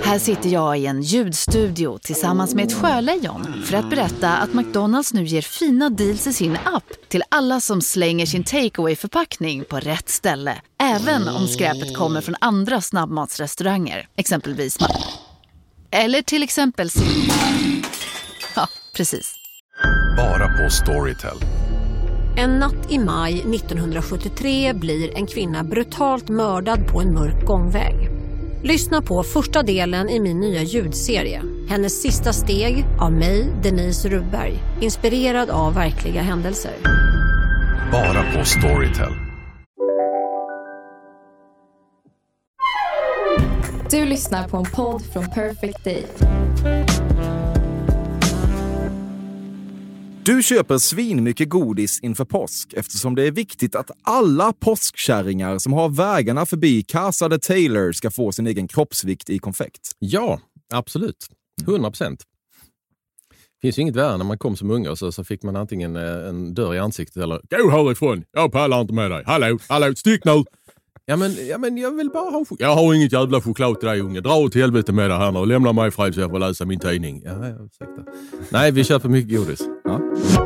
Här sitter jag i en ljudstudio tillsammans med ett sjölejon för att berätta att McDonald's nu ger fina deals i sin app till alla som slänger sin takeaway-förpackning på rätt ställe. Även om skräpet kommer från andra snabbmatsrestauranger, exempelvis eller till exempel ja, precis. Bara på Storytel. En natt i maj 1973 blir en kvinna brutalt mördad på en mörk gångväg. Lyssna på första delen i min nya ljudserie. Hennes sista steg av mig, Denise Rubberg. Inspirerad av verkliga händelser. Bara på Storytel. Du lyssnar på en podd från Perfect Day. Du köper svin mycket godis inför påsk eftersom det är viktigt att alla påskkärringar som har vägarna förbi Casa de Taylor ska få sin egen kroppsvikt i konfekt. Ja, absolut. 100%. Finns ju inget värre när man kom som unga och så fick man antingen en dörr i ansiktet eller gå härifrån, jag pallar inte med dig. Hallå, stick nu! Ja men jag vill bara ha jag har inget jävla choklad till dig unge. Dra åt helvete med det här nu och lämna mig fred så jag får läsa min tidning. Ja, ursäkta. Nej, vi köper mycket godis. Ja.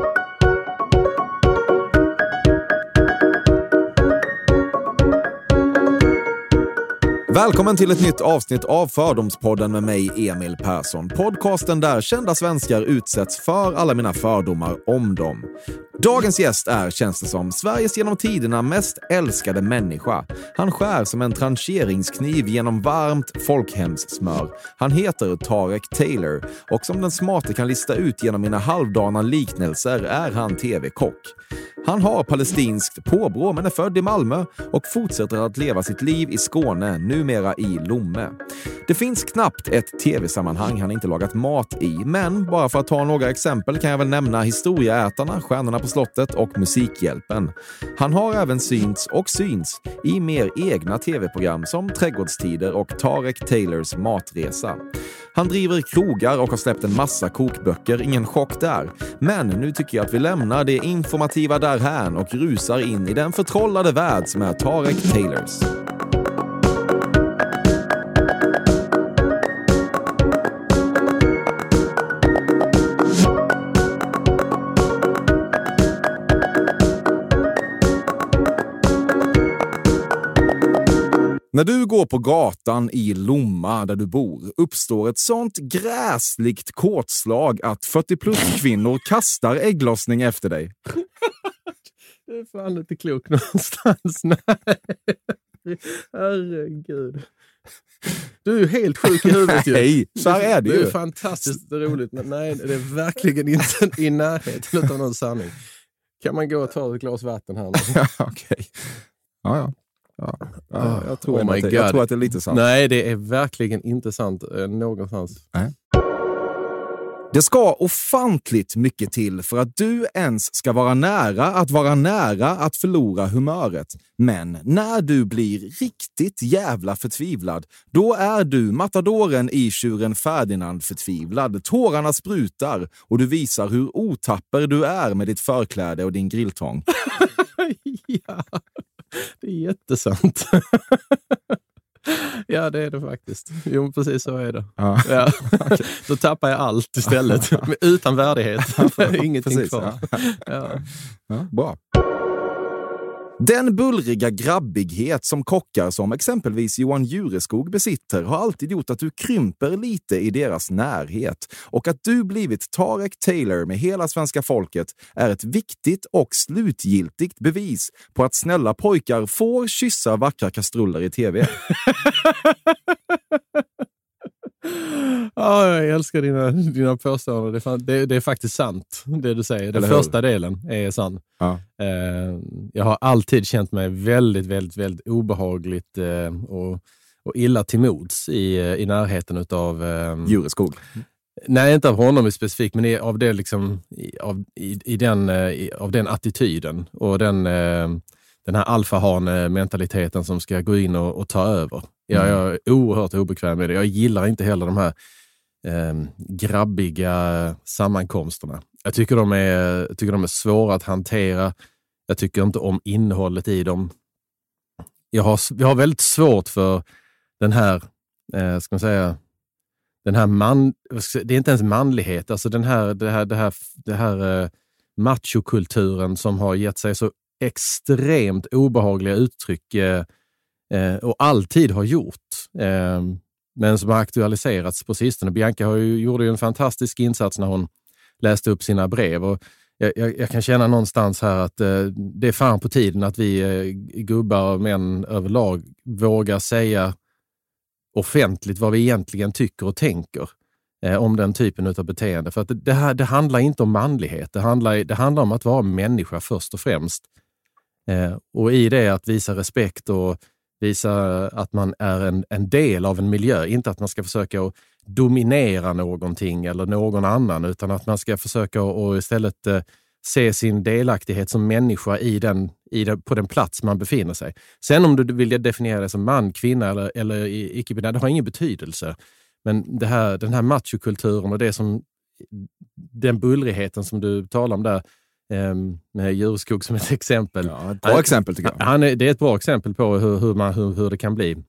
Välkommen till ett nytt avsnitt av Fördomspodden med mig, Emil Persson. Podcasten där kända svenskar utsätts för alla mina fördomar om dem. Dagens gäst är, känns det som, Sveriges genom tiderna mest älskade människa. Han skär som en trancheringskniv genom varmt folkhemssmör. Han heter Tarek Taylor och som den smarte kan lista ut genom mina halvdana liknelser är han tv-kock. Han har palestinskt påbrå men är född i Malmö och fortsätter att leva sitt liv i Skåne, numera i Lomme. Det finns knappt ett tv-sammanhang han inte lagat mat i, men bara för att ta några exempel kan jag väl nämna Historieätarna, Stjärnorna på slottet och Musikhjälpen. Han har även syns i mer egna tv-program som Trädgårdstider och Tarek Taylors matresa. Han driver krogar och har släppt en massa kokböcker, ingen chock där. Men nu tycker jag att vi lämnar det informativa därhän och rusar in i den förtrollade värld som är Tarek Taylors. När du går på gatan i Lomma där du bor uppstår ett sånt gräsligt kåtslag att 40+ kvinnor kastar ägglossning efter dig. Det är fan inte klok någonstans. Nej. Herregud. Du är helt sjuk i huvudet ju. Nej, så här är det ju. Det är fantastiskt roligt. Men nej, det är verkligen inte i närheten av någon sanning. Kan man gå och ta ett glas vatten här nu? Ja, okej. Ja. Jag tror att det är lite sant. Nej, det är verkligen inte sant någonstans. Nej. Det ska ofantligt mycket till för att du ens ska vara nära att förlora humöret. Men när du blir riktigt jävla förtvivlad, då är du matadoren i Tjuren Ferdinand förtvivlad. Tårarna sprutar och du visar hur otapper du är med ditt förkläde och din grilltång. Ja, det är jättesant. Ja, det är det faktiskt. Jo, precis så är det. Ja. Okay. Då tappar jag allt istället. Utan värdighet. Ingenting precis, kvar. Ja, bra. Den bullriga grabbighet som kockar som exempelvis Johan Jureskog besitter har alltid gjort att du krymper lite i deras närhet. Och att du blivit Tarek Taylor med hela svenska folket är ett viktigt och slutgiltigt bevis på att snälla pojkar får kyssa vackra kastruller i tv. Ja, jag älskar dina påståenden. Det är faktiskt sant, det du säger. Den första delen är sann. Ja. Jag har alltid känt mig väldigt, väldigt, väldigt obehagligt och illa till mods i närheten av Jureskog. Nej, inte av honom specifikt, men av det liksom av den attityden och den här alfahane-mentaliteten som ska gå in och ta över. Jag är oerhört obekväm med det. Jag gillar inte heller de här grabbiga sammankomsterna. Jag tycker de är svåra att hantera. Jag tycker inte om innehållet i dem. Jag har väldigt svårt för den här, ska man säga, den här det är inte ens manlighet, alltså det här machokulturen som har gett sig så extremt obehagliga uttryck och alltid har gjort, men som har aktualiserats på sistone. Bianca gjorde ju en fantastisk insats när hon läste upp sina brev, och jag kan känna någonstans här att det är fan på tiden att vi gubbar och män överlag vågar säga offentligt vad vi egentligen tycker och tänker om den typen av beteende. För att det handlar inte om manlighet. Det handlar om att vara människa först och främst. Och i det att visa respekt och visa att man är en del av en miljö. Inte att man ska försöka att dominera någonting eller någon annan, utan att man ska försöka att istället se sin delaktighet som människa på den plats man befinner sig. Sen om du vill definiera det som man, kvinna eller icke-binär, det har ingen betydelse. Men den här machokulturen och den bullrigheten som du talar om där, med Djurskog som ett exempel. Ja, ett bra exempel tycker jag. Det är ett bra exempel på hur det kan bli.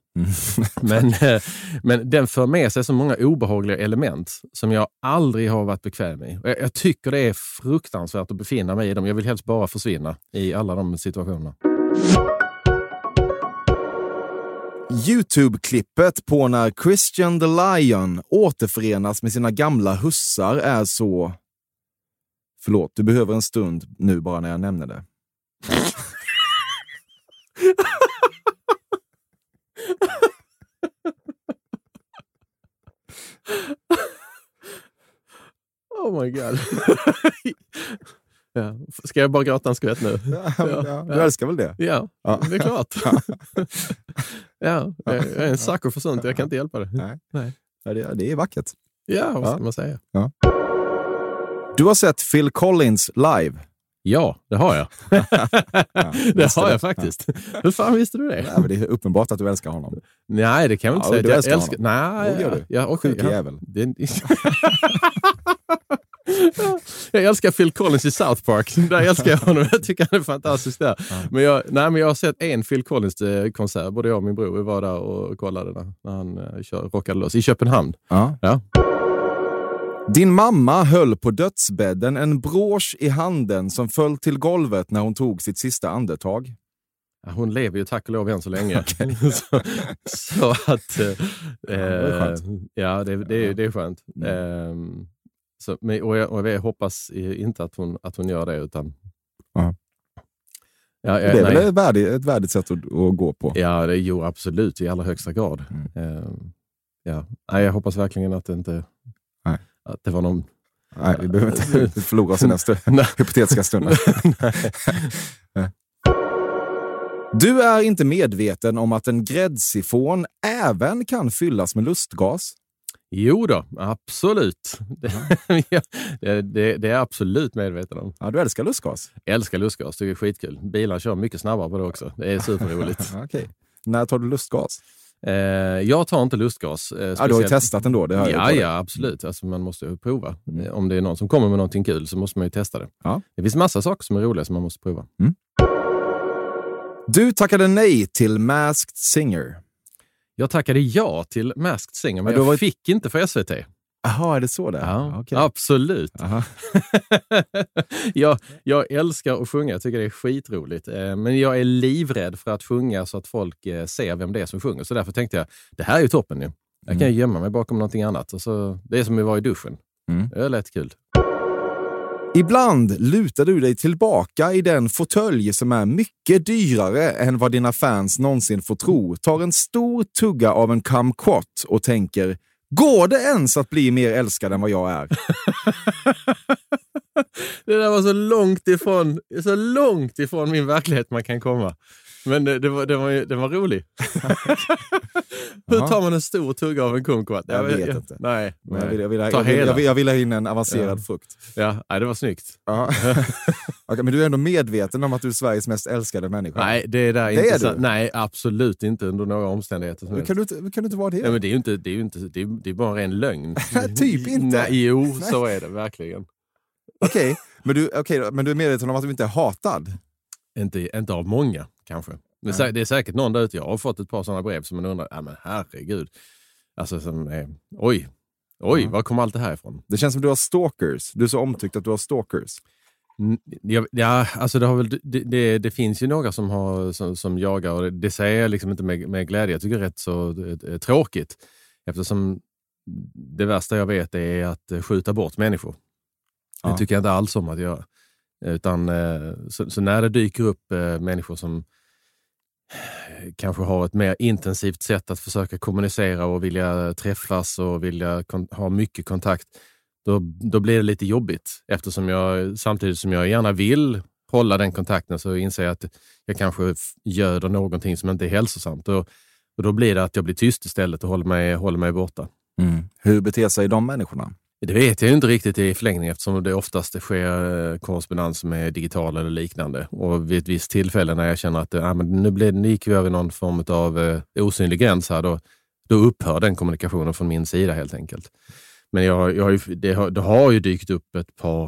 Men den för med sig så många obehagliga element som jag aldrig har varit bekväm i. Jag tycker det är fruktansvärt att befinna mig i dem. Jag vill helst bara försvinna i alla de situationerna. YouTube-klippet på när Christian the Lion återförenas med sina gamla hussar är så... Förlåt, du behöver en stund nu bara när jag nämner det. Oh my god. Ja. Ska jag bara gråta en skvätt nu? Ja, du älskar väl det? Ja, det är klart. Ja, jag är en sucker för sånt. Jag kan inte hjälpa det. Nej. Ja, det är vackert. Ja, vad ska man säga? Ja. Du har sett Phil Collins live? Ja, det har jag. Det har jag faktiskt. Hur fan visste du det? Ja, men det är uppenbart att du älskar honom. Nej, det kan jag inte säga. Du älskar honom. Nej, gör du. Ja, okay, Sjuk jävel. Jag älskar Phil Collins i South Park. Där älskar jag honom. Jag tycker han är fantastisk där. Men jag har sett en Phil Collins-konsert. Både jag och min bror var där och kollade när han rockade loss i Köpenhamn. Ja. Din mamma höll på dödsbädden en brosch i handen som föll till golvet när hon tog sitt sista andetag. Ja, hon lever ju tack och lov än så länge. Okay. så att... det är skönt. Ja, det är skönt. Och jag hoppas inte att hon gör det, utan... Ja, det är väl ett värdigt sätt att gå på. Ja, det är absolut i allra högsta grad. Jag hoppas verkligen att det inte... Nej. Att det var någon... Nej, vi behöver inte förlora oss i nästa hypotetiska stunden. Du är inte medveten om att en gräddsifon även kan fyllas med lustgas? Jo då, absolut. Det är absolut medveten om. Ja, du älskar lustgas? Älskar lustgas, det är skitkul. Bilar kör mycket snabbare på det också. Det är superroligt. Okej. När tar du lustgas? Jag tar inte lustgas. Du har ju testat ändå. Det ja, absolut. Alltså, man måste ju prova. Om det är någon som kommer med någonting kul så måste man ju testa det. Ja. Det finns massa saker som är roliga som man måste prova. Du tackade nej till Masked Singer. Jag tackade ja till Masked Singer, men jag fick inte för SVT. Jaha, är det så där? Ja, okay. Absolut. Jag älskar att sjunga, jag tycker det är skitroligt. Men jag är livrädd för att sjunga så att folk ser vem det är som sjunger. Så därför tänkte jag, det här är ju toppen nu. Jag kan ju gömma mig bakom någonting annat. Och så, det är som att vara i duschen. Det är lätt kul. Ibland lutar du dig tillbaka i den fåtölj som är mycket dyrare än vad dina fans någonsin får tro. Tar en stor tugga av en kumquat och tänker, går det ens att bli mer älskad än vad jag är? Det där var så långt ifrån min verklighet man kan komma. Men det var roligt. Hur tar man en stor tugga av en kumquat? Jag vet inte. Nej. Jag vill ha in en avancerad frukt. Ja, det var snyggt. Okay, men du är ändå medveten om att du är Sveriges mest älskade människa. Nej, det är inte så. Nej, absolut inte under några omständigheter. Men kan du inte vara det? Nej, men det är bara en ren lögn. Typ inte. Nej, så är det verkligen. Okej, men du är medveten om att du inte är hatad? Inte av många, kanske. Det är säkert någon där ute. Jag har fått ett par sådana brev som man undrar, men herregud. Alltså som är, oj. Oj, var kom allt det här ifrån? Det känns som du har stalkers. Du är så omtyckt att du har stalkers. Ja, alltså det finns ju några som jagar, och det säger jag liksom inte med glädje. Jag tycker det är rätt så tråkigt, eftersom det värsta jag vet är att skjuta bort människor. Ja. Det tycker jag inte alls om att göra. Utan så när det dyker upp människor som kanske har ett mer intensivt sätt att försöka kommunicera och vilja träffas och vilja ha mycket kontakt, då blir det lite jobbigt, eftersom jag samtidigt som jag gärna vill hålla den kontakten, så inser jag att jag kanske göder någonting som inte är hälsosamt, och då blir det att jag blir tyst istället och håller mig borta. Hur beter sig de människorna? Det vet jag inte riktigt i förlängning, eftersom det oftast sker korrespondens med digital eller liknande. Och vid ett visst tillfälle när jag känner att nu gick vi över någon form av osynlig gräns här, då upphör den kommunikationen från min sida helt enkelt. Men det har ju dykt upp ett par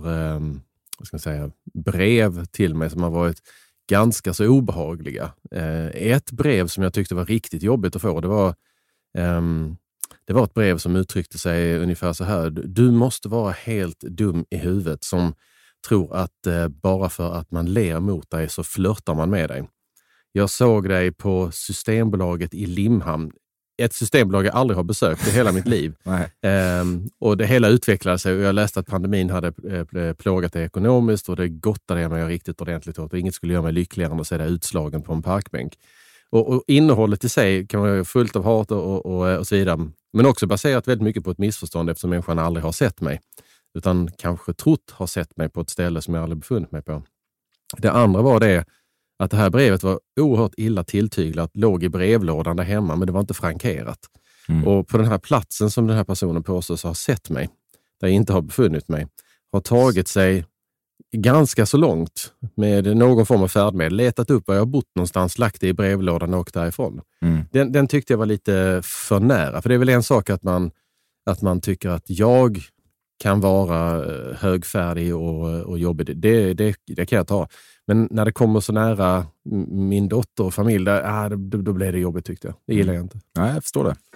brev till mig som har varit ganska så obehagliga. Ett brev som jag tyckte var riktigt jobbigt att få, det var ett brev som uttryckte sig ungefär så här: du måste vara helt dum i huvudet som tror att bara för att man ler mot dig så flörtar man med dig. Jag såg dig på Systembolaget i Limhamn. Ett systembolag jag aldrig har besökt i hela mitt liv. Och det hela utvecklade sig, och jag läste att pandemin hade plågat det ekonomiskt, och det gottade jag mig riktigt ordentligt åt, och inget skulle göra mig lyckligare än att se det utslagen på en parkbänk. Och innehållet i sig kan vara fullt av hat och så vidare, men också baserat väldigt mycket på ett missförstånd, eftersom människan aldrig har sett mig, utan kanske trott har sett mig på ett ställe som jag aldrig befunnit mig på. Det andra var det att det här brevet var oerhört illa tilltyglat, låg i brevlådan där hemma, men det var inte frankerat. Och på den här platsen som den här personen påstås ha sett mig, där jag inte har befunnit mig, har tagit sig ganska så långt med någon form av färdmedel, letat upp var jag har bott någonstans, lagt det i brevlådan och åkt därifrån. Den tyckte jag var lite för nära, för det är väl en sak att man tycker att jag kan vara högfärdig och jobbig, det kan jag ta. Men när det kommer så nära min dotter och familj, då blir det jobbigt, tyckte jag. Det gillar jag inte. Nej, jag förstår det.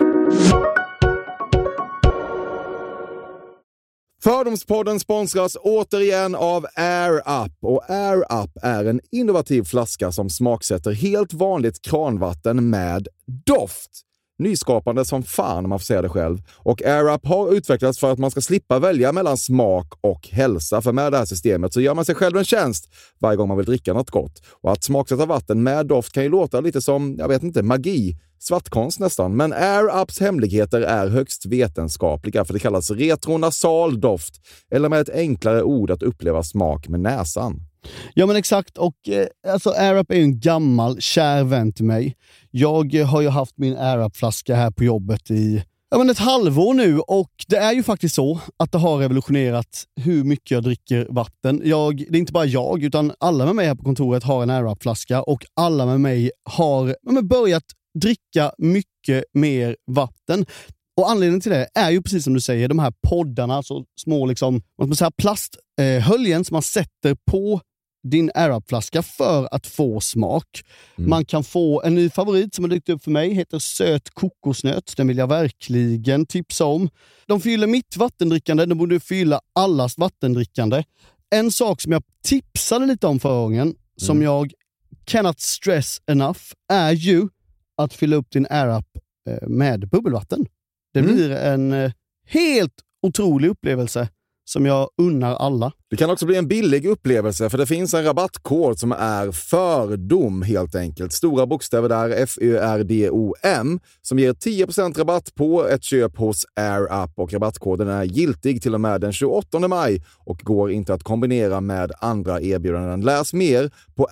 Fördomspodden sponsras återigen av Air Up. Och Air Up är en innovativ flaska som smaksätter helt vanligt kranvatten med doft. Nyskapande som fan, om man får säga det själv. Och Air Up har utvecklats för att man ska slippa välja mellan smak och hälsa. För med det här systemet så gör man sig själv en tjänst varje gång man vill dricka något gott. Och att smaksätta vatten med doft kan ju låta lite som, jag vet inte, magi. Svartkonst nästan. Men Air Ups hemligheter är högst vetenskapliga, för det kallas retronasal doft. Eller med ett enklare ord att uppleva smak med näsan. Ja, men exakt, och alltså Air Up är ju en gammal kär vän till mig. Jag har ju haft min Air Up-flaska här på jobbet i ett halvår nu, och det är ju faktiskt så att det har revolutionerat hur mycket jag dricker vatten. Det är inte bara jag, utan alla med mig här på kontoret har en Air Up-flaska, och alla med mig har börjat dricka mycket mer vatten. Och anledningen till det är ju precis som du säger, de här poddarna, alltså små plasthöljen som man sätter på din Air Up-flaska för att få smak. Man kan få en ny favorit som har dykt upp för mig, heter söt kokosnöt. Den vill jag verkligen tipsa om. De fyller mitt vattendrickande, de borde fylla allas vattendrickande. En sak som jag tipsade lite om förra gången, som jag cannot stress enough, är ju att fylla upp din Air Up med bubbelvatten. Det blir en helt otrolig upplevelse som jag unnar alla. Det kan också bli en billig upplevelse, för det finns en rabattkod som är fördom helt enkelt. Stora bokstäver där, FÖRDOM, som ger 10% rabatt på ett köp hos Air Up, och rabattkoden är giltig till och med den 28 maj och går inte att kombinera med andra erbjudanden. Läs mer på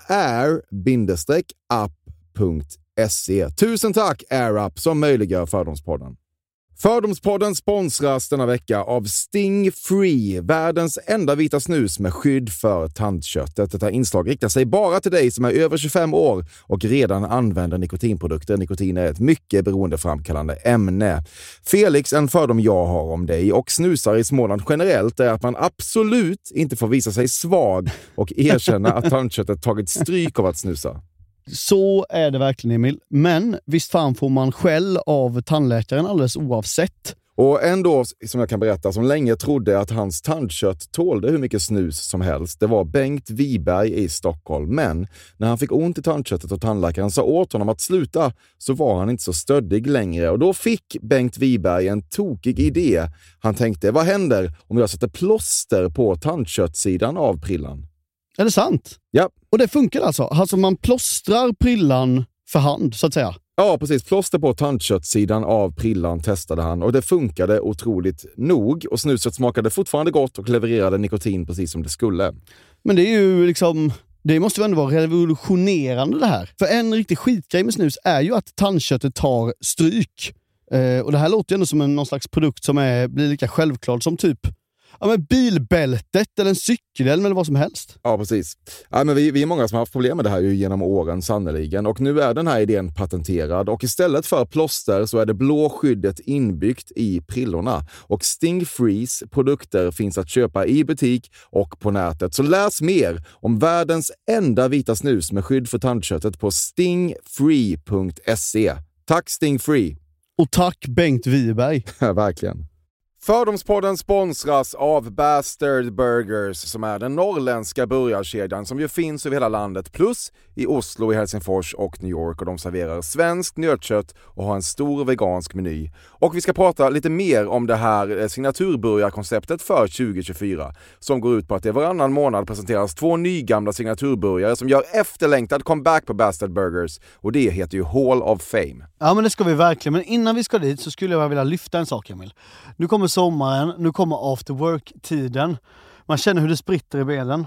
air-up.se. Tusen tack Air Up som möjliggör Fördomspodden. Fördomspodden sponsras denna vecka av Sting Free, världens enda vita snus med skydd för tandköttet. Detta inslag riktar sig bara till dig som är över 25 år och redan använder nikotinprodukter. Nikotin är ett mycket beroendeframkallande ämne. Felix, en fördom jag har om dig och snusar i Småland generellt är att man absolut inte får visa sig svag och erkänna att tandköttet tagit stryk av att snusa. Så är det verkligen, Emil. Men visst fan får man skäll av tandläkaren alldeles oavsett. Och ändå, som jag kan berätta, som länge trodde att hans tandkött tålde hur mycket snus som helst. Det var Bengt Wiberg i Stockholm. Men när han fick ont i tandköttet och tandläkaren sa åt honom att sluta, så var han inte så stöddig längre. Och då fick Bengt Wiberg en tokig idé. Han tänkte, vad händer om jag sätter plåster på tandköttsidan av prillan? Är det sant? Ja. Och det funkar alltså? Alltså man plåstrar prillan för hand, så att säga? Ja, precis. Plåster på tandköttsidan av prillan testade han och det funkade otroligt nog. Och snuset smakade fortfarande gott och levererade nikotin precis som det skulle. Men det är ju liksom... Det måste ju ändå vara revolutionerande det här. För en riktig skitgrej med snus är ju att tandköttet tar stryk. Och det här låter ju ändå som någon slags produkt som blir lika självklart som typ bilbältet eller en cykelhjälm eller vad som helst. Ja, precis. Ja, men vi är många som har haft problem med det här ju genom åren sannoliken. Och nu är den här idén patenterad. Och istället för plåster så är det blå skyddet inbyggt i prillorna. Och Stingfrees produkter finns att köpa i butik och på nätet. Så läs mer om världens enda vita snus med skydd för tandköttet på stingfree.se. Tack Stingfree! Och tack Bengt Wiberg. Ja, verkligen. Fördomspodden sponsras av Bastard Burgers som är den norrländska burgarkedjan som ju finns över hela landet plus i Oslo, i Helsingfors och New York och de serverar svenskt nötkött och har en stor vegansk meny. Och vi ska prata lite mer om det här signaturburgarkonceptet för 2024 som går ut på att det varannan månad presenteras 2 nygamla signaturburgare som gör efterlängtad comeback på Bastard Burgers och det heter ju Hall of Fame. Ja men det ska vi verkligen, men innan vi ska dit så skulle jag vilja lyfta en sak Emil. Nu kommer sommaren, nu kommer after work-tiden. Man känner hur det spritter i benen.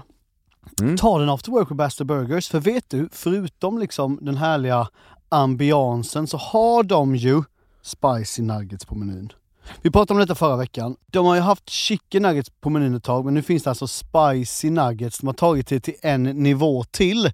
Ta den after work med Bastard Burgers. För vet du, förutom liksom den härliga ambiansen så har de ju spicy nuggets på menyn. Vi pratade om detta förra veckan. De har ju haft chicken nuggets på menyn ett tag, men nu finns det alltså spicy nuggets. De har tagit det till en nivå till.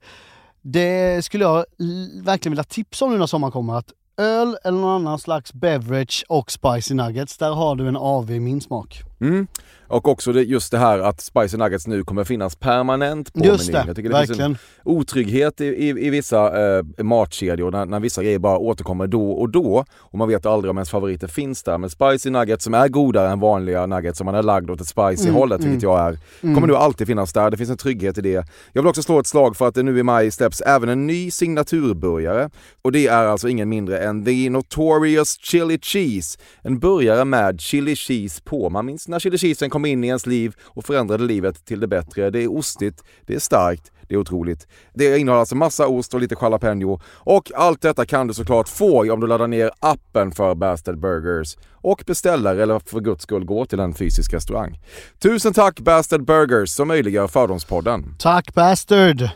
Det skulle jag verkligen vilja tipsa om nu när sommaren kommer, att öl eller någon annan slags beverage och spicy nuggets, där har du en AV i min smak. Och också just det här att spicy nuggets nu kommer finnas permanent på menyn. Jag tycker det verkligen finns en otrygghet i vissa matkedjor när vissa grejer bara återkommer då och då och man vet aldrig om ens favoriter finns där. Men spicy nuggets som är godare än vanliga nuggets som man är lagd åt ett spicy hållet, vilket jag är, kommer nu alltid finnas där. Det finns en trygghet i det. Jag vill också slå ett slag för att det nu i maj släpps även en ny signaturburgare och det är alltså ingen mindre än The Notorious Chili Cheese. En burgare med chili cheese på. Man minns när chili cheesen kom in i ens liv och förändrade livet till det bättre. Det är ostigt, det är starkt, det är otroligt. Det innehåller alltså massa ost och lite jalapeno. Och allt detta kan du såklart få om du laddar ner appen för Bastard Burgers och beställer eller för guds skull gå till en fysisk restaurang. Tusen tack Bastard Burgers som möjliggör Fördomspodden. Tack Bastard!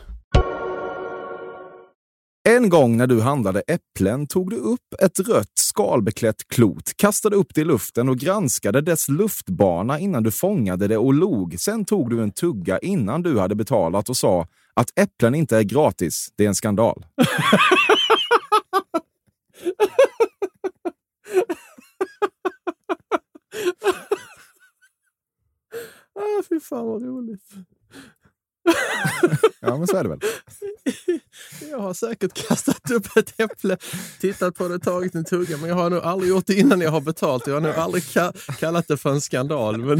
En gång när du handlade äpplen tog du upp ett rött skalbeklätt klot, kastade upp det i luften och granskade dess luftbana innan du fångade det och log. Sen tog du en tugga innan du hade betalat och sa att äpplen inte är gratis. Det är en skandal. Fy fan vad roligt. Ja, men så är det väl. Jag har säkert kastat upp ett äpple, tittat på det, tagit en tugga, men jag har nog aldrig gjort det innan jag har betalt. Jag har nog aldrig kallat det för en skandal. Men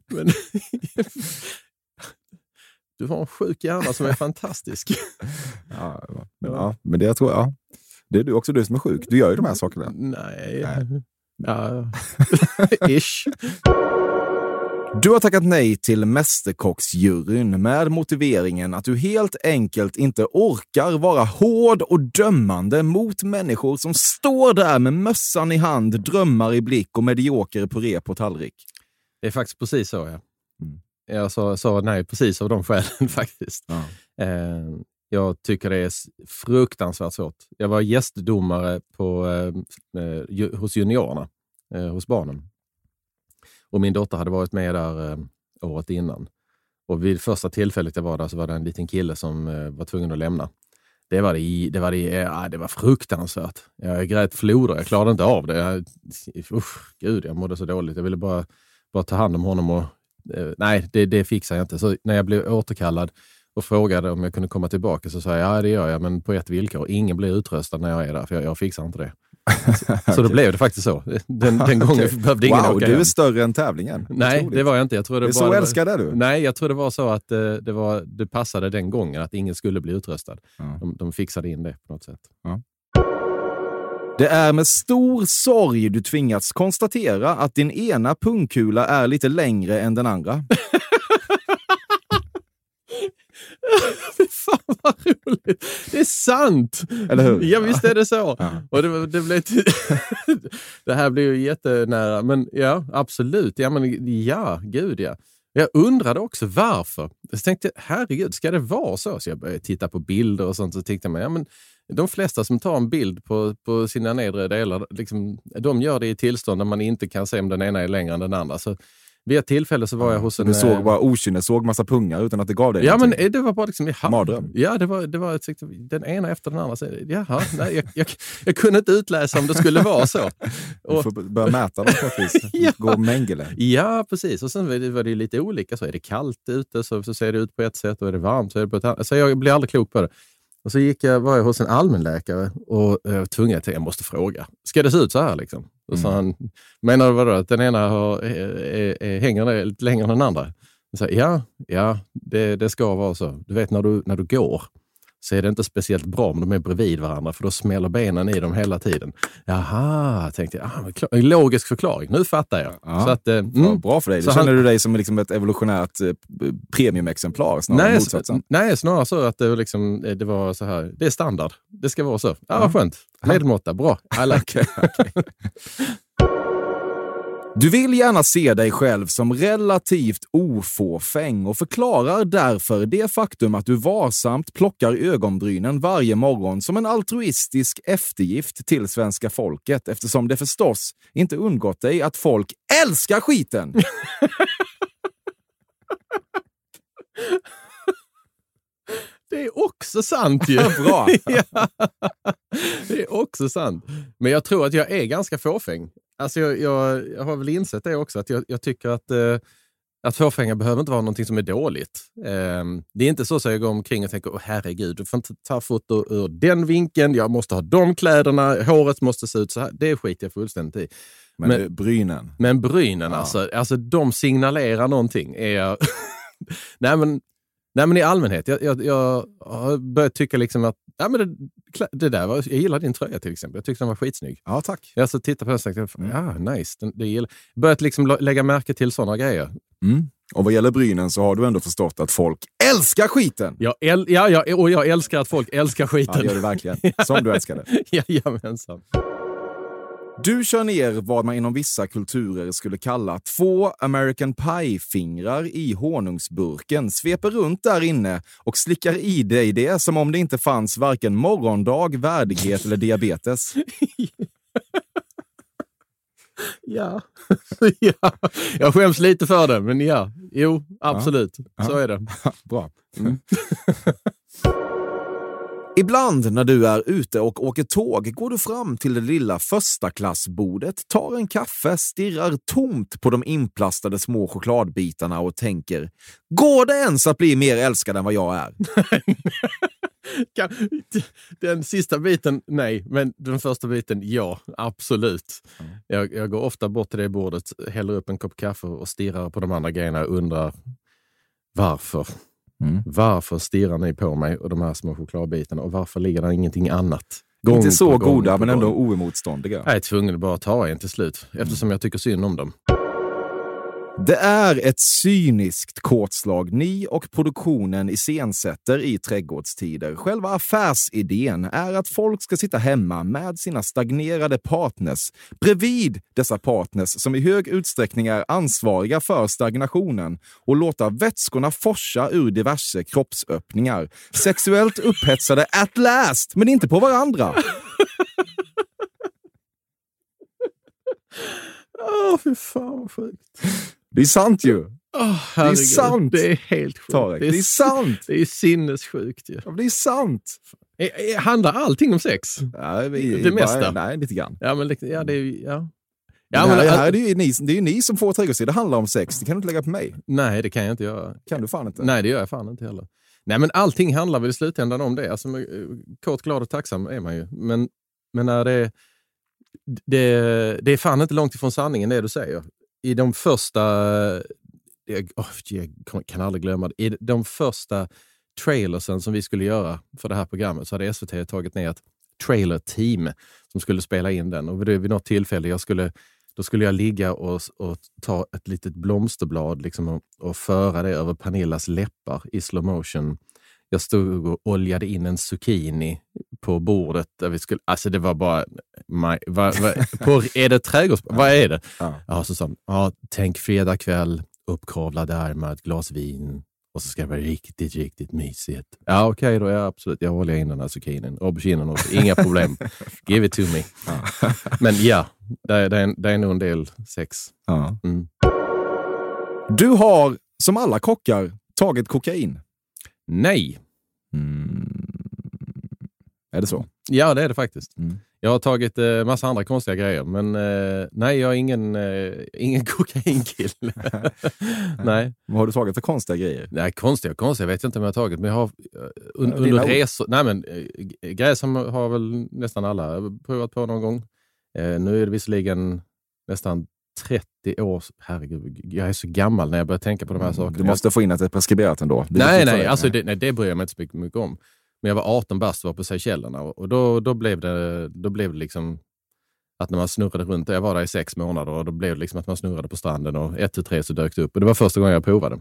du har en sjuk hjärna som är fantastisk. Men det jag tror jag. Det är du också du som är sjuk. Du gör ju de här sakerna. Nej. Ja. Ish. Du har tackat nej till mästerkocksjuryn med motiveringen att du helt enkelt inte orkar vara hård och dömande mot människor som står där med mössan i hand, drömmar i blick och medioker på rep och tallrik. Det är faktiskt precis så, ja. Jag sa nej precis av de skälen faktiskt. Ja. Jag tycker det är fruktansvärt svårt. Jag var gästdomare hos juniorerna, hos barnen. Och min dotter hade varit med där året innan. Och vid första tillfället jag var där så var det en liten kille som var tvungen att lämna. Det var fruktansvärt. Jag grät floder, jag klarade inte av det. Jag mådde så dåligt. Jag ville bara ta hand om honom och nej, det fixar jag inte. Så när jag blev återkallad och frågade om jag kunde komma tillbaka så sa jag, ja det gör jag, men på ett villkor. Ingen blir utröstad när jag är där, för jag fixar inte det. Så då blev det faktiskt så. Den gången behövde ingen åka hem. Du är större än tävlingen. Nej, det var jag inte. Jag tror det så älskar det du? Nej, jag tror det var så att det passade den gången att ingen skulle bli utröstad. De fixade in det på något sätt. Ja. Det är med stor sorg du tvingats konstatera att din ena pungkula är lite längre än den andra. Fy fan vad roligt. Det är sant. Eller hur? Ja, visst är det så. Ja. Och det blev det här blir ju jättenära. Men ja, absolut. Ja, men ja, gud ja. Jag undrade också varför. Jag tänkte, herregud, ska det vara så? Så jag började titta på bilder och sånt. Så tänkte jag, ja men de flesta som tar en bild på sina nedre delar, liksom, de gör det i tillstånd där man inte kan se om den ena är längre än den andra. Så vid ett tillfälle så var jag hos en... Du såg bara okynne, såg massa pungar utan att det gav dig någonting. Men det var bara liksom... Mardröm. Ja, det var den ena efter den andra. Så, jaha, nej, jag kunde inte utläsa om det skulle vara så. Du får börja mäta dem på ett vis. Ja. Gå mängelen. Ja, precis. Och sen var det lite olika. Så är det kallt ute så ser det ut på ett sätt och är det varmt så är det på ett annat. Så jag blir aldrig klok på det. Och så var jag hos en allmänläkare och jag var tvungen att jag måste fråga. Ska det se ut så här liksom? Och så han, menar du vadå? Att den ena hänger lite längre än den andra? Så, ja, det ska vara så. Du vet när du går så är det inte speciellt bra om de är bredvid varandra för då smäller benen i dem hela tiden. Jaha, tänkte jag. Logisk förklaring. Nu fattar jag. Ja. Så att, bra för dig. Då känner du dig som liksom ett evolutionärt premiumexemplar snarare. Nej, snarare så att det var så här. Det är standard. Det ska vara så. Ja, skönt. Medelmåtta. Bra. I like it. Du vill gärna se dig själv som relativt ofåfäng och förklarar därför det faktum att du varsamt plockar ögonbrynen varje morgon som en altruistisk eftergift till svenska folket eftersom det förstås inte undgått dig att folk älskar skiten. Det är också sant ju. Bra. Ja, det är också sant. Men jag tror att jag är ganska fåfäng. Alltså jag har väl insett det också. Att jag tycker att fåfänga behöver inte vara någonting som är dåligt. Det är inte så att jag går omkring och tänker, herregud, du får inte ta foto ur den vinkeln. Jag måste ha de kläderna. Håret måste se ut så här. Det skiter jag fullständigt i. Men brynen. Men brynen, alltså de signalerar någonting. Nej, men i allmänhet. Jag har börjat tycka liksom att det där var, jag gillar din tröja till exempel. Jag tyckte den var skitsnygg. Ja, tack. Jag så tittar på den och tänkte, nice. Det gillar. Börjat liksom lägga märke till sådana grejer. Och vad gäller brynen så har du ändå förstått att folk älskar skiten. Och jag älskar att folk älskar skiten. Ja, det gör du verkligen. Som du älskar det. Jajamensan. Du kör ner vad man inom vissa kulturer skulle kalla 2 American Pie-fingrar i honungsburken, sveper runt där inne och slickar i dig det som om det inte fanns varken morgondag, värdighet eller diabetes. Ja. Jag skäms lite för det, men absolut. Så är det. Bra. Ibland när du är ute och åker tåg går du fram till det lilla första klassbordet, tar en kaffe, stirrar tomt på de inplastade små chokladbitarna och tänker, går det ens att bli mer älskad än vad jag är? Den sista biten, nej. Men den första biten, ja, absolut. Jag går ofta bort till det bordet, häller upp en kopp kaffe och stirrar på de andra grejerna och undrar varför. Varför stirrar ni på mig och de här små chokladbitarna och varför ligger det ingenting annat? Inte så goda men ändå oemotståndiga. Jag är tvungen att bara ta en till slut eftersom jag tycker synd om dem. Det är ett cyniskt kortslag ni och produktionen iscensätter i trädgårdstider. Själva affärsidén är att folk ska sitta hemma med sina stagnerade partners bredvid dessa partners som i hög utsträckning är ansvariga för stagnationen och låta vätskorna forsa ur diverse kroppsöppningar. Sexuellt upphetsade at last, men inte på varandra. Fy fan vad sjukt. Det är sant ju. Det är sant. Det är helt sjukt. Det är sant. Det är sinnessjukt ju. Ja, det är sant. Handlar allting om sex? Ja, det mesta? Nej, lite grann. Ja, men det är ju... Ja. Ja, men här är det är ju ni som får trädgårdstid. Det handlar om sex. Det kan du inte lägga på mig. Nej, det kan jag inte göra. Kan du fan inte? Nej, det gör jag fan inte heller. Nej, men allting handlar väl i slutändan om det. Alltså, kort, glad och tacksam är man ju. Men när det Det är fan inte långt ifrån sanningen det du säger. I de första... jag kan aldrig glömma det. I de första trailersen som vi skulle göra för det här programmet så hade SVT tagit ner ett trailer-team som skulle spela in den. Och vid något tillfälle då skulle jag ligga och ta ett litet blomsterblad liksom, och föra det över Pernillas läppar i slow motion. Jag stod och oljade in en zucchini på bordet där vi skulle... Alltså det var bara... är det trädgårds... Vad är det? Ja, så sa tänk fredag kväll, uppkavlade armar, ett glas vin och så ska det vara riktigt, riktigt mysigt. Ja, okej då. Ja, absolut. Jag oljar in den här zucchinin. Auberginen också. Inga problem. Give it to me. Men ja, det är nog en del sex. Mm. Du har, som alla kockar, tagit kokain. Nej. Är det så? Ja, det är det faktiskt. Jag har tagit massa andra konstiga grejer, men nej, jag är ingen kokainkille. Nej. Vad har du tagit för konstiga grejer? Nej, konstiga vet jag inte om jag har tagit, men jag har under resor... Nej, men grejer som har väl nästan alla provat på någon gång. Nu är det visserligen nästan 30 år... Herregud, jag är så gammal när jag börjar tänka på de här sakerna. Du måste få in att det är preskriberat ändå. Nej, alltså det bryr jag mig inte så mycket om. Men jag var 18 bast och var på Seychellerna och då blev det liksom att när man snurrade runt, jag var där i 6 månader och då blev det liksom att man snurrade på stranden och 1-3 så dök det upp. Och det var första gången jag provade.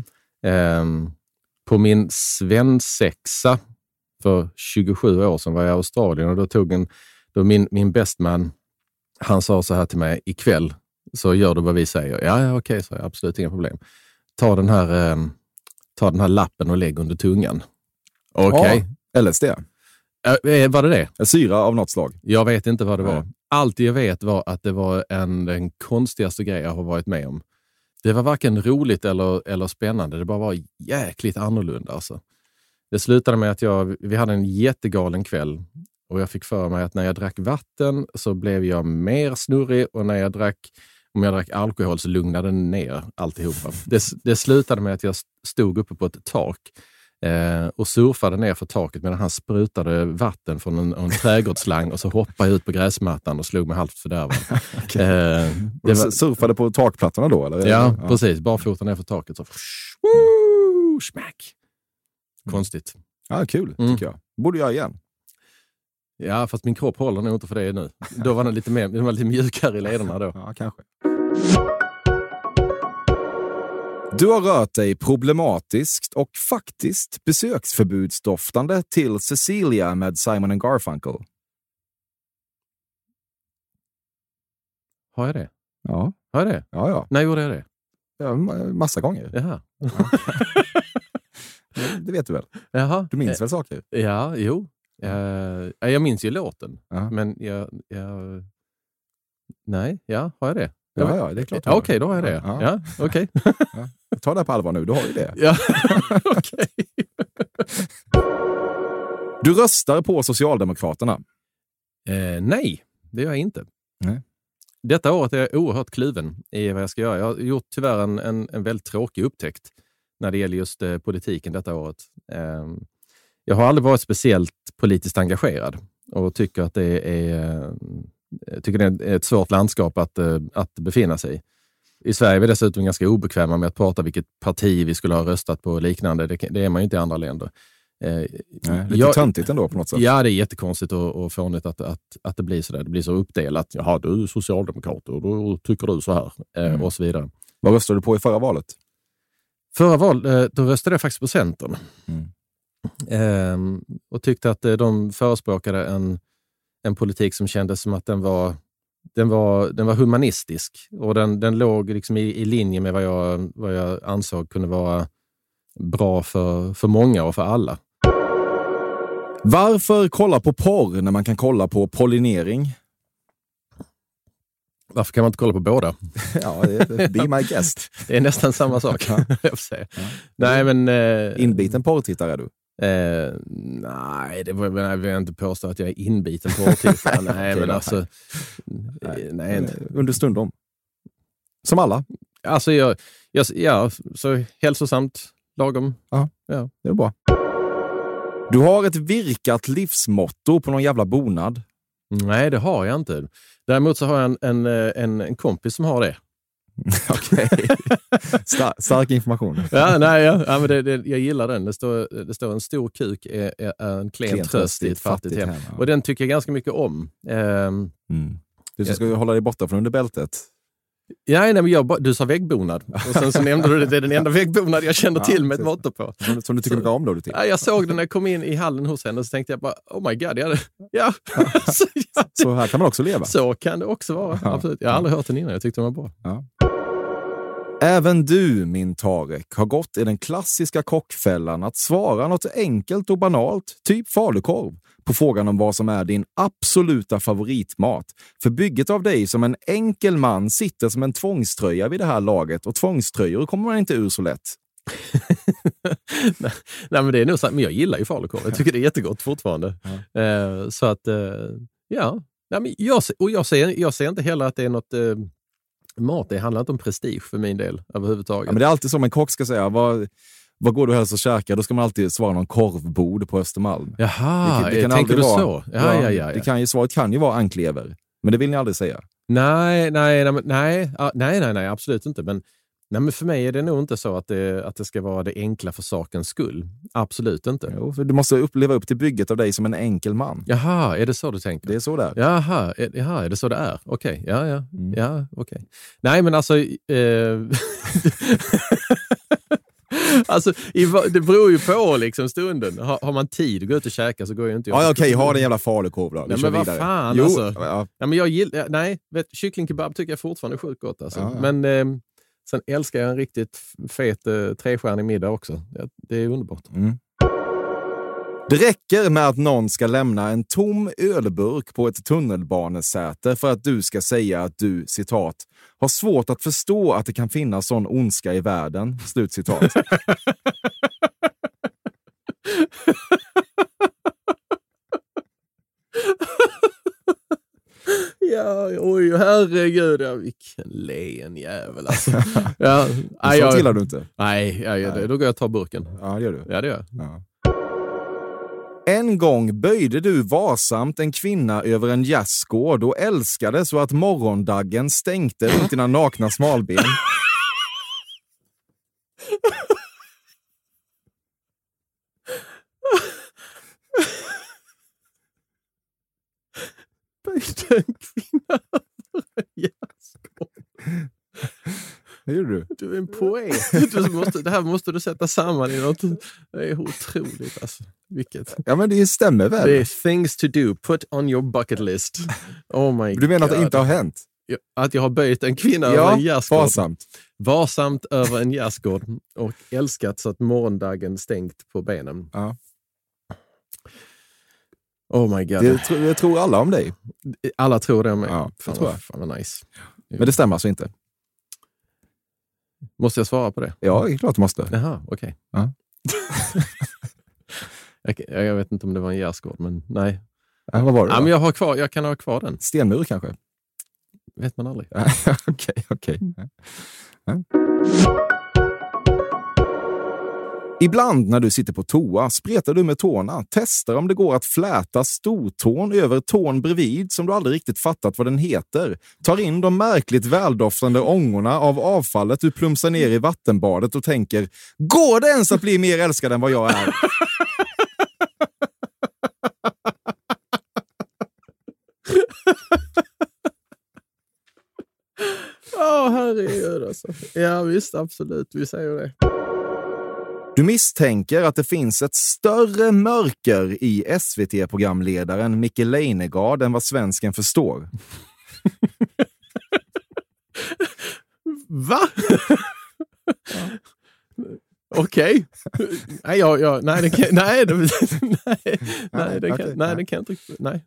På min svensexa för 27 år sedan var jag i Australien och då min bästman, han sa så här till mig: ikväll så gör du vad vi säger. Ja, okej, så absolut inga problem. Ta den här lappen och lägg under tungan. Okej. LSD. Var det? Syra av något slag. Jag vet inte vad det var. Allt jag vet var att det var den konstigaste grejen jag har varit med om. Det var varken roligt eller spännande. Det bara var jäkligt annorlunda. Alltså. Det slutade med att vi hade en jättegalen kväll. Och jag fick för mig att när jag drack vatten så blev jag mer snurrig. Och om jag drack alkohol så lugnade den ner alltihopa. Det slutade med att jag stod uppe på ett tak. Och surfade ner för taket medan han sprutade vatten från en trädgårdsslang och så hoppade jag ut på gräsmattan och slog mig halvt fördärvad. Surfade på takplattorna då? Eller? Ja, precis. Bara foten ner för taket. Så smack. Konstigt. Ja, kul tycker jag. Borde jag igen. Ja, fast min kropp håller nog inte för det nu. Då var den lite mjukare i lederna då. Ja, kanske. Du har rört dig problematiskt och faktiskt besöksförbudsdoftande till Cecilia med Simon & Garfunkel. Har jag det? Ja. Har jag det? Ja. När gjorde jag det? Ja, massa gånger. Jaha. Det vet du väl? Jaha. Du minns väl saker? Ja, jo. Jag minns ju låten. Ja. Men nej, har jag det? Ja, det är klart. Okej, då har jag det. Ja, okej. Ja. Ta det på allvar nu, du har ju det. Ja, okej. Du röstar på Socialdemokraterna? Nej, det gör jag inte. Nej. Detta året är jag oerhört kluven i vad jag ska göra. Jag har gjort tyvärr en väldigt tråkig upptäckt när det gäller just politiken detta året. Jag har aldrig varit speciellt politiskt engagerad och tycker att det är ett svårt landskap att befinna sig i. I Sverige är vi dessutom ganska obekväma med att prata vilket parti vi skulle ha röstat på och liknande. Det är man ju inte i andra länder. Lite töntigt ändå på något sätt. Ja, det är jättekonstigt och fånigt att det blir så där. Det blir så uppdelat. Jaha, du är socialdemokrat och då tycker du så här och så vidare. Vad röstade du på i förra valet? Förra valet, då röstade jag faktiskt på Centern. Och tyckte att de förespråkade en politik som kändes som att den var humanistisk och den låg liksom i linje med vad jag ansåg kunde vara bra för många och för alla. Varför kolla på porr när man kan kolla på pollinering? Varför kan man inte kolla på båda? Ja, be my guest. Det är nästan samma sak. Jag får säga. Nej, men inbiten porrtittare är du? Nej, det vill jag inte påstå att jag är inbiten porrtittare. Nej, okay, men alltså nej. Understundom. Som alla. Alltså så hälsosamt, lagom. Ja, det är bra. Du har ett virkat livsmotto på någon jävla bonad. Nej, det har jag inte. Däremot så har jag en kompis som har det. Okej. Stark information. Ja, men jag gillar den. Det står en stor kuk är en klen tröst i ett fattigt hem. Ja. Och den tycker jag ganska mycket om. Du ska ju hålla dig borta från under bältet. Ja, nej, men du sa väggbonad. Och sen så nämnde du det är den enda väggbonad jag känner till med ett motto på. Som du tycker mycket om då? Ja, jag såg den när jag kom in i hallen hos henne och så tänkte jag bara, oh my god, ja. Så här kan man också leva. Så kan det också vara, absolut. Jag har aldrig hört den innan, jag tyckte den var bra. Ja. Även du, min Tarek, har gått i den klassiska kockfällan att svara något enkelt och banalt, typ falukorv, på frågan om vad som är din absoluta favoritmat. För bygget av dig som en enkel man sitter som en tvångströja vid det här laget, och tvångströjor kommer man inte ur så lätt. Nej, men det är nog sant. Men jag gillar ju falukorv. Jag tycker det är jättegott fortfarande. Ja. Så att, ja. Nej, men jag ser inte heller att det är något... mat, det handlar inte om prestige för min del överhuvudtaget. Ja, men det är alltid som en kock ska säga, vad går du helst att käka? Då ska man alltid svara någon korvbord på Östermalm. Jaha, det kan tänker du vara, så? Ja. Det kan ju, svaret kan ju vara anklever, men det vill ni aldrig säga. Nej, absolut inte. Men för mig är det nog inte så att det ska vara det enkla för sakens skull. Absolut inte. Jo, för du måste leva upp till bygget av dig som en enkel man. Jaha, är det så du tänker? Det är så där. Jaha, är det så det är? Okej, ja, okej. Nej, men alltså... Alltså, det beror ju på liksom stunden. Har man tid att gå ut och käka så går ju inte jag. Ja, okej, ha den jävla falukorv då. Nej, men vad fan alltså. Ja, men jag gillar... Nej, kycklingkebab tycker jag fortfarande är sjukt gott alltså. Ja. Men... sen älskar jag en riktigt fet trestjärnig middag också. Det är underbart. Det räcker med att någon ska lämna en tom ölburk på ett tunnelbanesäte för att du ska säga att du, citat, har svårt att förstå att det kan finnas sån ondska i världen. Slut citat. Ja, oj, herregud, vilken len jävel alltså. Ja, så gillar du inte? Nej, då går jag och tar burken. Ja, det gör du. Ja, det gör jag. Ja. En gång böjde du varsamt en kvinna över en jazzgård och älskade så att morgondaggen stänkte runt dina nakna smalben. Böjde en kvinna över en jazzgård. Det gjorde du. Du är en poet. Det här måste du sätta samman i något. Det är otroligt alltså. Vilket? Ja, men det stämmer väl. Det är things to do. Put on your bucket list. Oh my God. Du menar att det inte har hänt? Att jag har böjt en kvinna över en jazzgård. Varsamt över en jazzgård och älskat så att morgondagen stängt på benen. Ja. Oh my God. Det tror alla om dig. Alla tror det om mig. Ja, fan vad nice. Men det stämmer alltså inte. Måste jag svara på det? Ja, det är klart du måste. Jaha, okej. Ja. Jag vet inte om det var en jazzgård, men nej. Ja, vad var det? Ja, men jag kan ha kvar den. Stenmur kanske? Vet man aldrig. Okej. Ja. Ibland när du sitter på toa spretar du med tårna, testar om det går att fläta stortån över tån bredvid som du aldrig riktigt fattat vad den heter. Tar in de märkligt väldoftande ångorna av avfallet du plumsar ner i vattenbadet och tänker, går det ens att bli mer älskad än vad jag är? Herregud alltså. Ja visst, absolut, vi säger det. Du misstänker att det finns ett större mörker i SVT-programledaren Micke Leijnegard än vad svensken förstår. Va? Okej. Nej, det kan jag inte. Nej.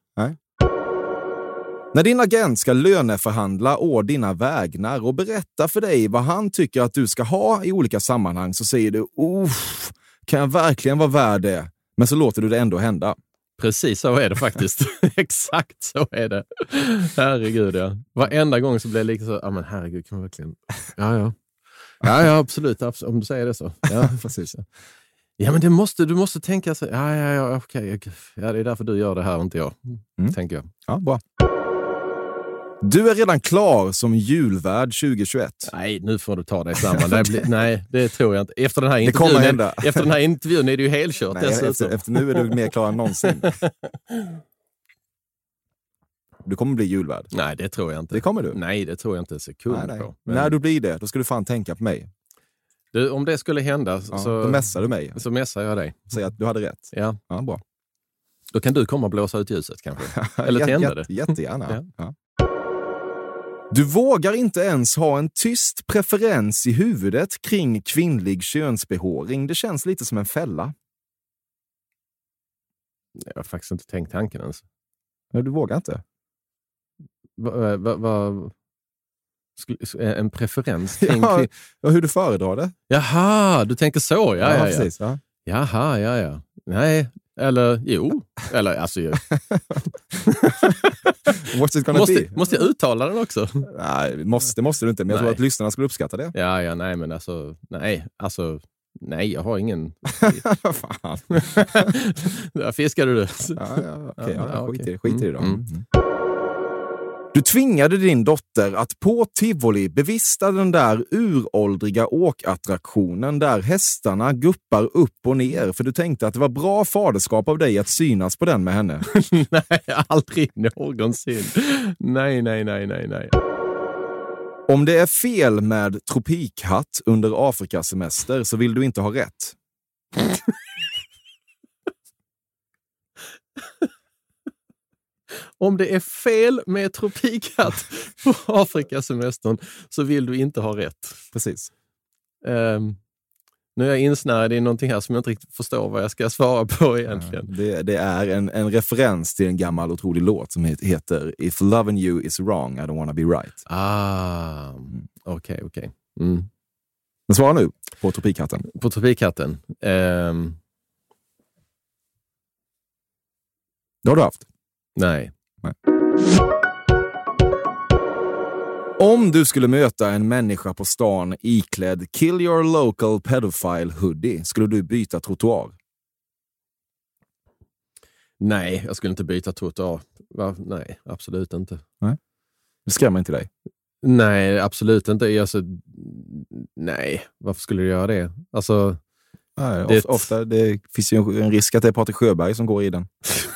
När din agent ska löneförhandla å dina vägnar och berätta för dig vad han tycker att du ska ha i olika sammanhang så säger du, kan jag verkligen vara värd det? Men så låter du det ändå hända. Precis så är det faktiskt. Exakt så är det. Herregud, ja. Varenda gång så blir det lika så, men herregud, kan man verkligen... Ja, absolut. Om du säger det så. Ja, precis. Ja, men du måste tänka så. Ja, okej. Ja, det är därför du gör det här, inte jag. Tänker jag. Ja, bra. Du är redan klar som julvärd 2021. Nej, nu får du ta dig samman. Nej, det tror jag inte. Efter den här intervjun är det ju helkört. Nej, efter nu är du mer klar än någonsin. Du kommer bli julvärd. Nej, det tror jag inte. Det kommer du? Nej, det tror jag inte en sekund på. Men... När du blir det, då ska du fan tänka på mig. Du, om det skulle hända så... Då mässar du mig. Så mässar jag dig. Säg att du hade rätt. Ja. Ja, bra. Då kan du komma och blåsa ut ljuset kanske. Eller tända det. Jättegärna. Ja. Du vågar inte ens ha en tyst preferens i huvudet kring kvinnlig könsbehåring. Det känns lite som en fälla. Jag har faktiskt inte tänkt tanken ens. Men du vågar inte? En preferens kring... Ja, hur du föredrar det. Jaha, du tänker så. Ja. Precis. Ja. Jaha, ja. Nej, eller jo. Eller alltså... Måste jag uttala den också? Nej, det måste du inte. Men jag tror att lyssnarna skulle uppskatta det. Ja, nej, men nej, jag har ingen... Fan. Där fiskade du. Okej. Skit i det då. Du tvingade din dotter att på Tivoli bevista den där uråldriga åkattraktionen där hästarna guppar upp och ner, för du tänkte att det var bra faderskap av dig att synas på den med henne. Nej, aldrig någonsin. Nej. Om det är fel med tropikhatt under Afrikasemester så vill du inte ha rätt. Om det är fel med tropikhatt på Afrikasemestern så vill du inte ha rätt. Precis. Nu är jag insnärad i någonting här som jag inte riktigt förstår vad jag ska svara på egentligen. Det är en referens till en gammal otrolig låt som heter If loving you is wrong, I don't wanna be right. Okej. Men svara nu på tropikhatten. På tropikhatten. Det har du haft? Nej. Om du skulle möta en människa på stan iklädd Kill Your Local Pedophile hoodie, skulle du byta trottoar? Nej, jag skulle inte byta trottoar. Nej, absolut inte. Nej. Det skrämmer inte dig? Nej, absolut inte. Nej, varför skulle du göra det? Alltså... Nej, ofta det finns ju en risk att det är Patrik Sjöberg som går i den.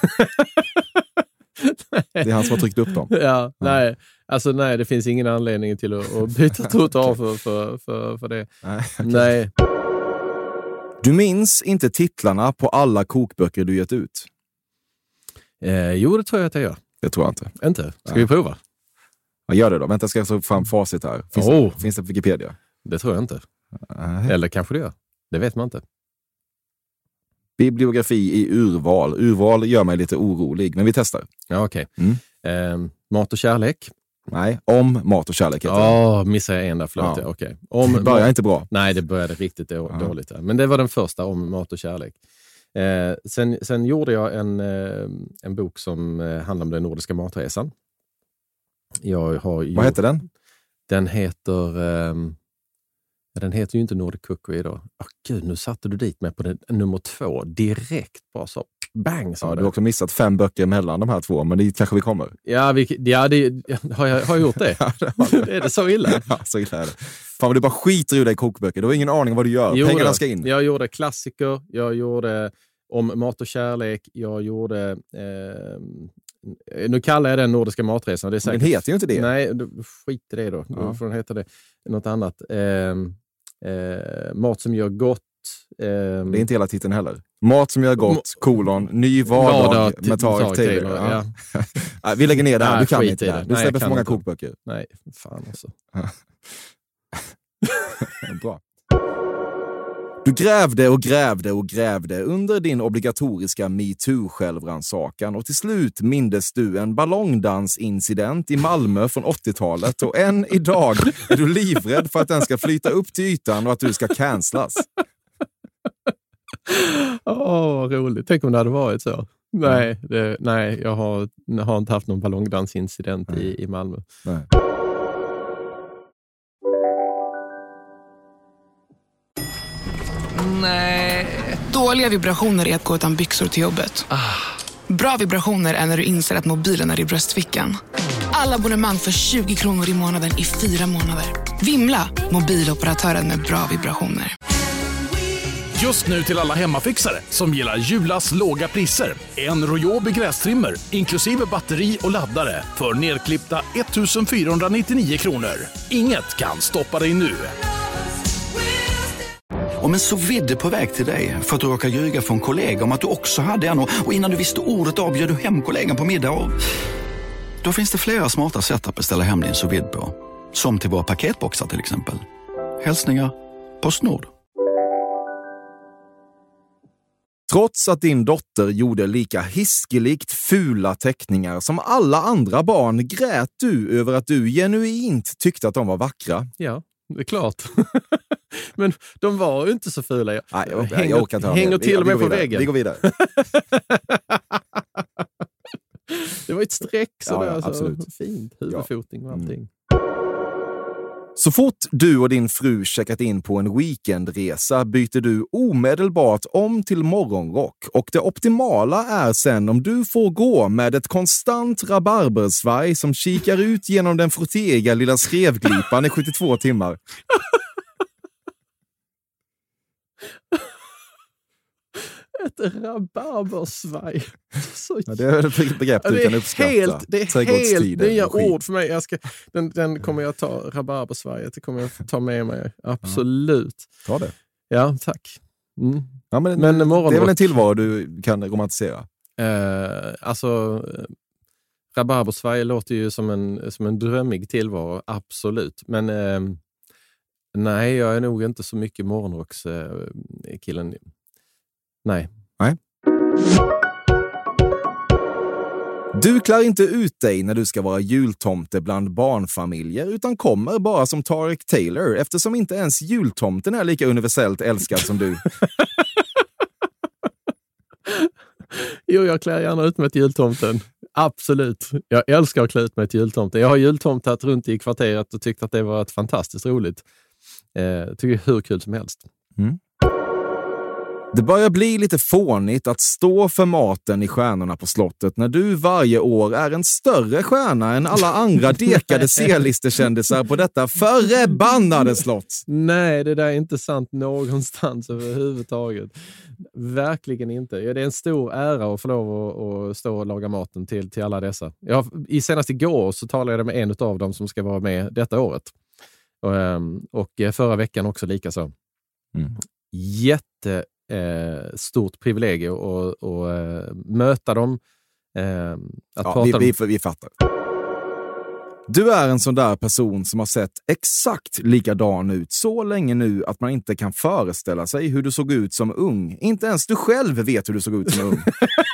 Det är han som har tryckt upp dem. Ja. Nej. Alltså nej, det finns ingen anledning till att byta trottoar för det. Nej. Du minns inte titlarna på alla kokböcker du gett ut? Jo, det tror jag att jag gör. Det tror jag inte. Inte? Ska vi prova? Ja, gör det då. Vänta, ska jag ta fram facit här. Finns det på Wikipedia? Det tror jag inte. Eller kanske det gör. Det vet man inte. Bibliografi i urval. Urval gör mig lite orolig, men vi testar. Ja, okej. Mat och kärlek. Nej, om mat och kärlek heter missar jag en där, förlåt. Ja. Okay. Det börjar inte bra. Nej, det började riktigt dåligt där. Men det var den första, om mat och kärlek. Sen gjorde jag en bok som handlar om den nordiska matresan. Vad heter den? Den heter ju inte Nordic Cookery idag. Gud, nu satte du dit med på nummer 2 direkt. Bara så bang. Du har också missat 5 böcker mellan de här 2, men det kanske vi kommer. Har jag gjort det? Är det så illa? Ja, så illa är det. Fan, vad du bara skiter ur dig kokböcker. Du har ingen aning vad du gör. Pengarna ska in. Jag gjorde klassiker. Jag gjorde om mat och kärlek. Jag gjorde... nu kallar jag den nordiska matresan. Det är säkert, den heter ju inte det. Nej, skit i det då. Då får den heta det. Något annat. Mat som gör gott. Det är inte hela titeln heller. Mat som gör gott, ny vardag med Tarek Taylor. Ja. Vi lägger ner det här. Du kan inte det. Du släpper för många kokböcker. Nej, fan alltså. Bra. Du grävde under din obligatoriska MeToo-självrannsakan och till slut mindes du en ballongdansincident i Malmö från 80-talet och än idag är du livrädd för att den ska flyta upp till ytan och att du ska cancelas. Vad roligt. Tänk om det hade varit så. Nej, jag har inte haft någon ballongdansincident i Malmö. Nej. Nej. Dåliga vibrationer är att gå utan byxor till jobbet. Bra vibrationer är när du inser att mobilen är i bröstfickan. Alla abonnemang för 20 kronor i månaden i 4 månader. Vimla, mobiloperatören med bra vibrationer. Just nu till alla hemmafixare som gillar Julas låga priser. En Royobi grästrimmer inklusive batteri och laddare för nedklippta 1 499 kronor. Inget kan stoppa dig nu. Om en sous vide på väg till dig för att du råkar ljuga för en kollega om att du också hade en och innan du visste ordet av bjöd du hem kollegan på middag och... Då finns det flera smarta sätt att beställa hem din sous vide på. Som till våra paketboxar till exempel. Hälsningar Postnord. Trots att din dotter gjorde lika hiskeligt fula teckningar som alla andra barn grät du över att du genuint tyckte att de var vackra. Ja, det är klart. Men de var ju inte så fula. Nej, jag hänger till och med på väggen. Vi går vidare. Det var ett streck sådär. Ja, absolut. Så fint. Huvudfoting och allting. Så fort du och din fru checkat in på en weekendresa byter du omedelbart om till morgonrock. Och det optimala är sen om du får gå med ett konstant rabarbersvaj som kikar ut genom den frottéiga lilla skrevglipan i 72 timmar. Ett rabarbersvaj. Ja, det är ett begrepp du kan uppskatta. Det är helt nya ord för mig. Den kommer jag ta, rabarbersvajet. Det kommer jag ta med mig. Absolut. Ta det. Ja, tack. Mm. Ja, men det är väl en tillvaro du kan romantisera? Rabarbersvaj låter ju som en drömmig tillvaro. Absolut. Men nej, jag är nog inte så mycket morgonrockskillen. Nej. Du klär inte ut dig när du ska vara jultomte bland barnfamiljer utan kommer bara som Tarek Taylor eftersom inte ens jultomten är lika universellt älskad som du. Jo, jag klär gärna ut mig till jultomten. Absolut. Jag älskar att klä ut mig till jultomten. Jag har jultomtat runt i kvarteret och tyckt att det var ett fantastiskt roligt. Tycker hur kul som helst. Mm. Det börjar bli lite fånigt att stå för maten i Stjärnorna på slottet när du varje år är en större stjärna än alla andra dekade C-listekändisar på detta förbannade slott. Nej, det där är inte sant någonstans överhuvudtaget. Verkligen inte. Det är en stor ära att få lov att stå och laga maten till alla dessa. Senast igår så talade jag med en av dem som ska vara med detta året. Och förra veckan också lika så. Stort privilegium att möta dem. Vi fattar. Du är en sån där person som har sett exakt likadan ut så länge nu att man inte kan föreställa sig hur du såg ut som ung. Inte ens du själv vet hur du såg ut som ung.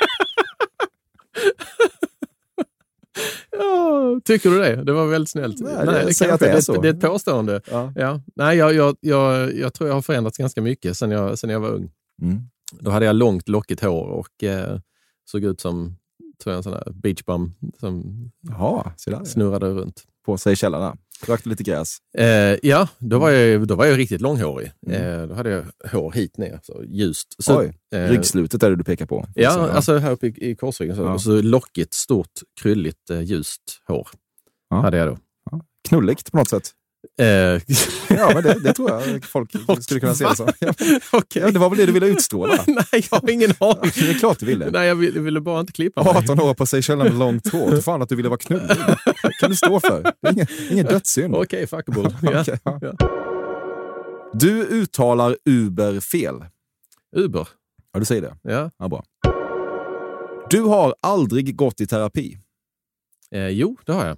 Ja, tycker du det? Det var väldigt snällt. Nej, det är ett påstående. Ja. Nej, jag tror jag har förändrats ganska mycket sen jag var ung. Då hade jag långt lockigt hår och såg ut som en sån här beachbum som snurrade runt. På sig källarna. Rökte lite gräs. Ja, då var jag riktigt långhårig. Då hade jag hår hit ner, så ljust. Så, ryggslutet är det du pekar på. Ja, alltså här uppe i korsryggen. Så lockigt, stort, krylligt, ljust hår hade jag då. Ja. Knulligt på något sätt. Ja, men det tror jag folk skulle kunna se det så. Okay. Det var väl det du ville utstråla? Nej, jag har ingen aning. Det är klart du ville. Nej, jag ville bara inte klippa mig. 18 år på sig själv med långt hår. Du fan att du ville vara knullig. Kan du stå för? Det är ingen dödssynd. Okej, fuckable. Ja. Du uttalar Uber fel. Uber? Ja, du säger det. Ja, bra. Du har aldrig gått i terapi. Jo, det har jag.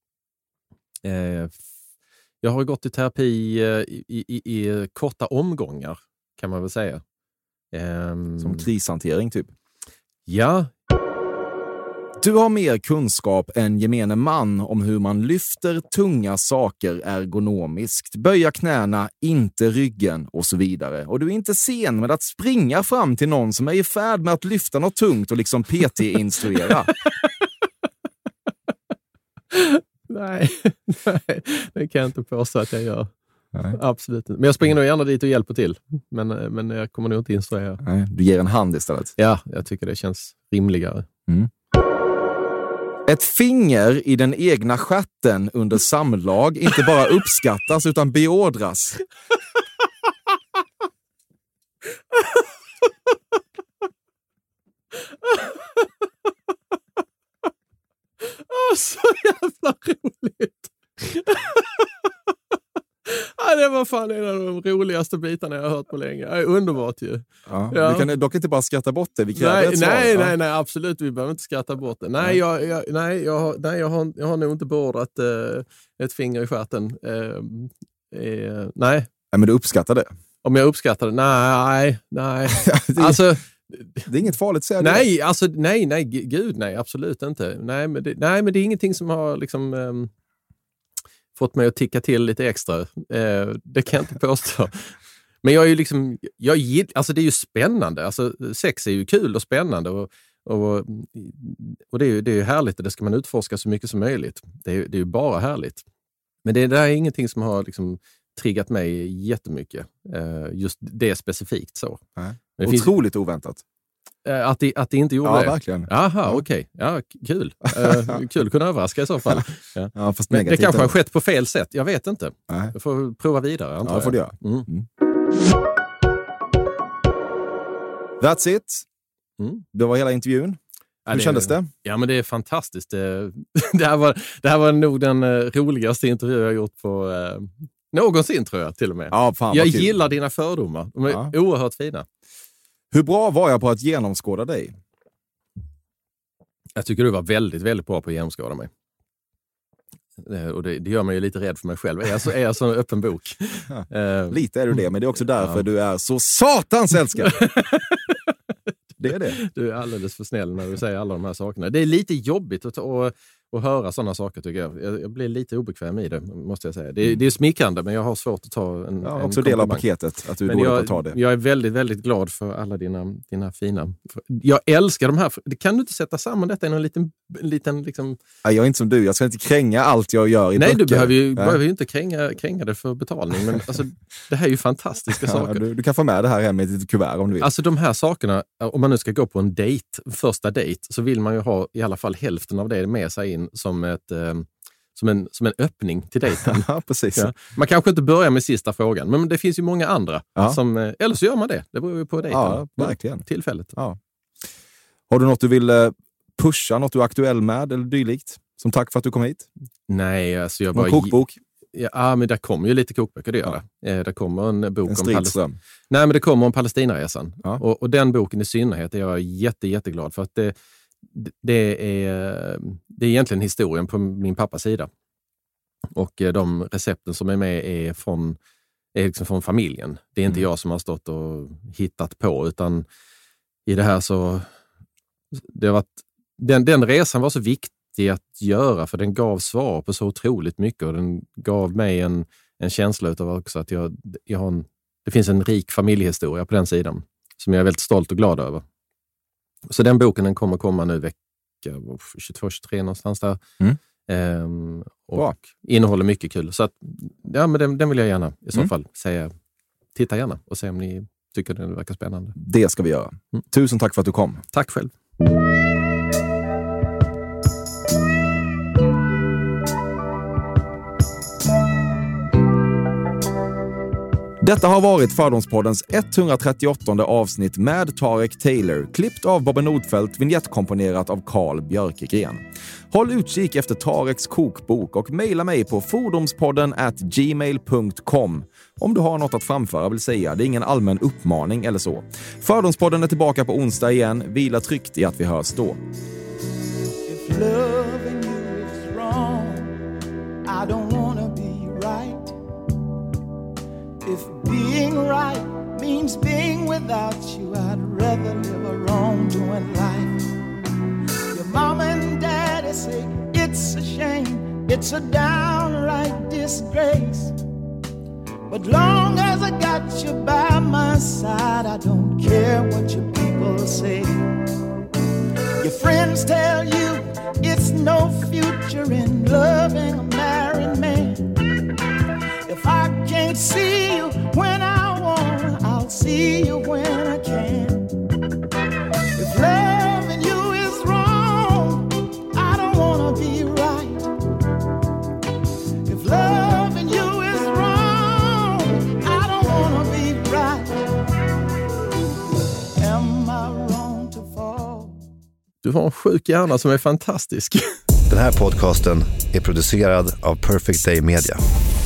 Jag har gått i terapi i korta omgångar, kan man väl säga. Som krishantering typ? Ja. Du har mer kunskap än gemene man om hur man lyfter tunga saker ergonomiskt, böja knäna, inte ryggen och så vidare. Och du är inte sen med att springa fram till någon som är i färd med att lyfta något tungt och liksom PT-instruera. Nej, det kan jag inte påstå att jag gör. Nej. Absolut inte. Men jag springer nog gärna dit och hjälper till. Men jag kommer nog inte instruera. Nej, du ger en hand istället. Ja, jag tycker det känns rimligare. Mm. Ett finger i den egna stjärten under samlag inte bara uppskattas utan beordras. Så jävla roligt. Det var fan en av de roligaste bitarna jag har hört på länge. Underbart ju. Ja. Vi kan dock inte bara skratta bort det. Vi kräver ett svar. Nej, absolut. Vi behöver inte skratta bort det. Nej, jag har nog inte beordrat ett finger i stjärten. Nej. Nej, men du uppskattar det? Om jag uppskattar det? Nej. Alltså... Det är inget farligt att säga nej, det. Alltså, nej, gud nej, absolut inte. Nej, men det är ingenting som har liksom fått mig att ticka till lite extra. Det kan jag inte påstå. Men jag är ju liksom, alltså det är ju spännande. Alltså sex är ju kul och spännande och det är ju härligt och det ska man utforska så mycket som möjligt. Det är ju bara härligt. Men det där är ingenting som har liksom triggat mig jättemycket. Just det specifikt så. Otroligt oväntat. Att det inte gjorde det? Ja, verkligen. Aha, okej. Ja, kul. Kul att kunna överraska i så fall. Ja, fast men det kanske har skett på fel sätt. Jag vet inte. Nej. Jag får prova vidare, antar jag. Ja, får du göra. That's it. Det var hela intervjun. Hur kändes det? Ja, men det är fantastiskt. Det här var nog den roligaste intervju jag har gjort på någonsin, tror jag till och med. Ja, fan, jag gillar dina fördomar. De är oerhört fina. Hur bra var jag på att genomskåda dig? Jag tycker du var väldigt, väldigt bra på att genomskåda mig. Och det gör mig ju lite rädd för mig själv. Är jag så en öppen bok? Lite är du det, men det är också därför du är så satans älskad. Det är det. Du är alldeles för snäll när du säger alla de här sakerna. Det är lite jobbigt att höra sådana saker, tycker jag. Jag blir lite obekväm i det, måste jag säga. Det är smickrande, men jag har svårt att ta en också del av paketet, att du är dålig på att ta det. Jag är väldigt, väldigt glad för alla dina fina... Jag älskar de här... Kan du inte sätta samman detta i någon liten liksom... Jag är inte som du. Jag ska inte kränga allt jag gör i böcker. Nej, du behöver ju inte kränga det för betalning, men alltså, det här är ju fantastiska saker. Du kan få med det här hem i ett litet kuvert om du vill. Alltså de här sakerna, om man nu ska gå på en första dejt, så vill man ju ha i alla fall hälften av det med sig in som en öppning till dejten. Ja, precis. Ja. Man kanske inte börjar med sista frågan, men det finns ju många andra som, eller så gör man det. Det beror ju på dejten. Ja, verkligen. Tillfället. Ja. Har du något du vill pusha, något du är aktuell med eller dylikt? Som tack för att du kom hit. Nej, alltså jag bara... kokbok? Ja, men det kommer ju lite kokböcker, det gör det. Det kommer en bok om Nej, men det kommer om Palestinaresan. Ja. Och den boken i synnerhet är jag jätteglad för att det är egentligen historien på min pappas sida. Och de recepten som är med är liksom från familjen. Det är inte jag som har stått och hittat på, utan i det här så det har varit, den resan var så viktig att göra, för den gav svar på så otroligt mycket, och den gav mig en känsla av också att det finns en rik familjehistoria på den sidan som jag är väldigt stolt och glad över. Så den boken den kommer komma nu vecka 22-23 någonstans där. Och innehåller mycket kul. Så att, ja, men den vill jag gärna i så fall säga. Titta gärna och se om ni tycker den verkar spännande. Det ska vi göra. Tusen tack för att du kom. Tack själv. Detta har varit Fördomspoddens 138 avsnitt med Tarek Taylor, klippt av Bobben Nordfeldt, vignettkomponerat av Carl Björkegren. Håll utkik efter Tareks kokbok och mejla mig på fordomspodden@gmail.com om du har något att framföra, vill säga. Det är ingen allmän uppmaning eller så. Fördomspodden är tillbaka på onsdag igen. Vila tryggt i att vi hörs då. If loving you is wrong, I don't wanna be right. If being right means being without you, I'd rather live a wrongdoing life. Your mom and daddy say it's a shame, it's a downright disgrace. But long as I got you by my side, I don't care what your people say. Your friends tell you it's no future in loving a married man. If I can't see you when I want, I'll see you when I can. If loving you is wrong, I don't wanna be right. If loving you is wrong, I don't wanna be right. Am I wrong to fall? Du har en sjuk hjärna som är fantastisk. Den här podcasten är producerad av Perfect Day Media.